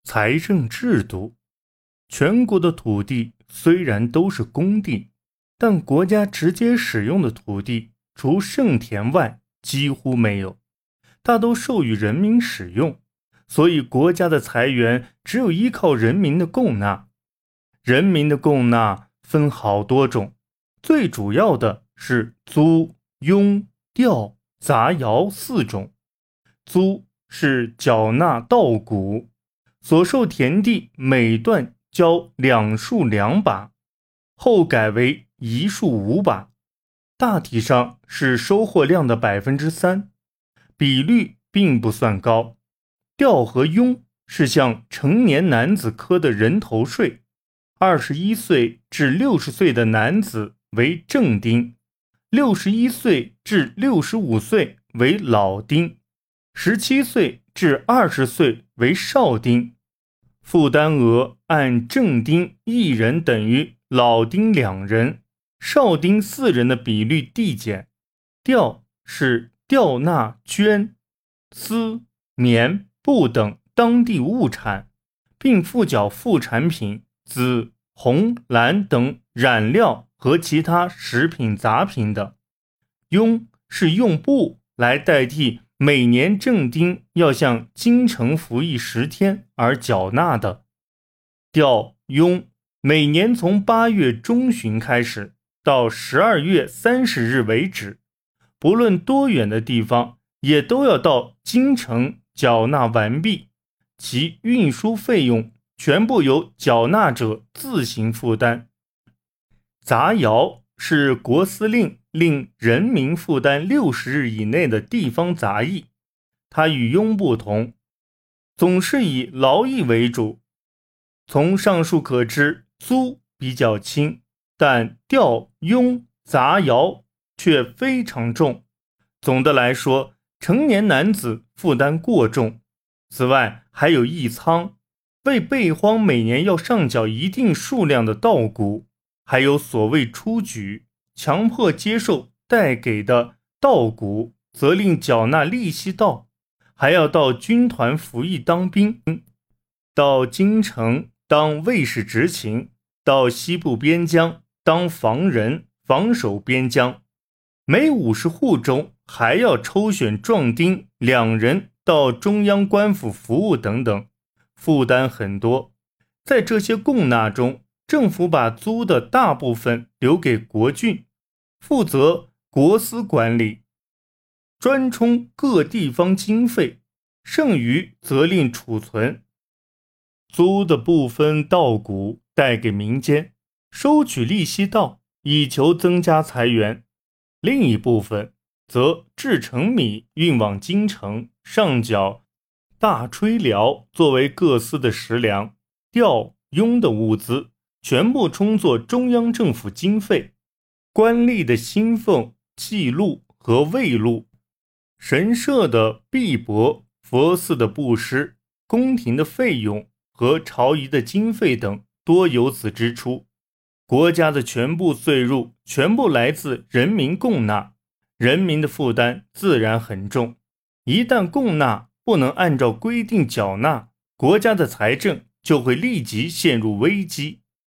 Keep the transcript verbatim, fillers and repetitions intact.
财政制度。全国的土地虽然都是公地，但国家直接使用的土地除圣田外几乎没有，大都授予人民使用，所以国家的财源只有依靠人民的供纳。人民的供纳分好多种，最主要的是租、庸、调、杂徭四种。租是缴纳稻谷，所受田地每段交两束两把，后改为一束五把，大体上是收获量的百分之三，比率并不算高。调和庸是向成年男子科的人头税，二十一岁至六十岁的男子为正丁，六十一岁至六十五岁为老丁，十七岁至二十岁为少丁。负担额按正丁一人等于老丁两人，少丁四人的比率递减。调是调纳绢、丝、棉、布等当地物产，并附缴副产品紫、红、蓝等染料和其他食品杂品等。庸是用布来代替每年正丁要向京城服役十天而缴纳的。调、庸每年从八月中旬开始，到十二月三十日为止，不论多远的地方，也都要到京城缴纳完毕，其运输费用全部由缴纳者自行负担。杂徭是国司令令人民负担六十日以内的地方杂役，它与庸不同，总是以劳役为主。从上述可知，租比较轻，但调、庸、杂徭却非常重。总的来说，成年男子负担过重。此外，还有役仓，为备荒每年要上缴一定数量的稻谷，还有所谓出举，强迫接受代给的稻谷，责令缴纳利息稻，还要到军团服役当兵，到京城当卫士执勤，到西部边疆当防人，防守边疆。每五十户中还要抽选壮丁两人到中央官府服务等等，负担很多。在这些供纳中，政府把租的大部分留给国郡，负责国司管理，专充各地方经费，剩余责令储存。租的部分稻谷带给民间，收取利息稻，以求增加财源。另一部分则制成米运往京城，上缴大炊寮作为各司的食粮。调、庸的物资全部充作中央政府经费，官吏的薪俸、记录和慰禄，神社的币帛、佛寺的布施、宫廷的费用和朝仪的经费等多由此支出。国家的全部税入全部来自人民供纳，人民的负担自然很重。一旦供纳不能按照规定缴纳，国家的财政就会立即陷入危机。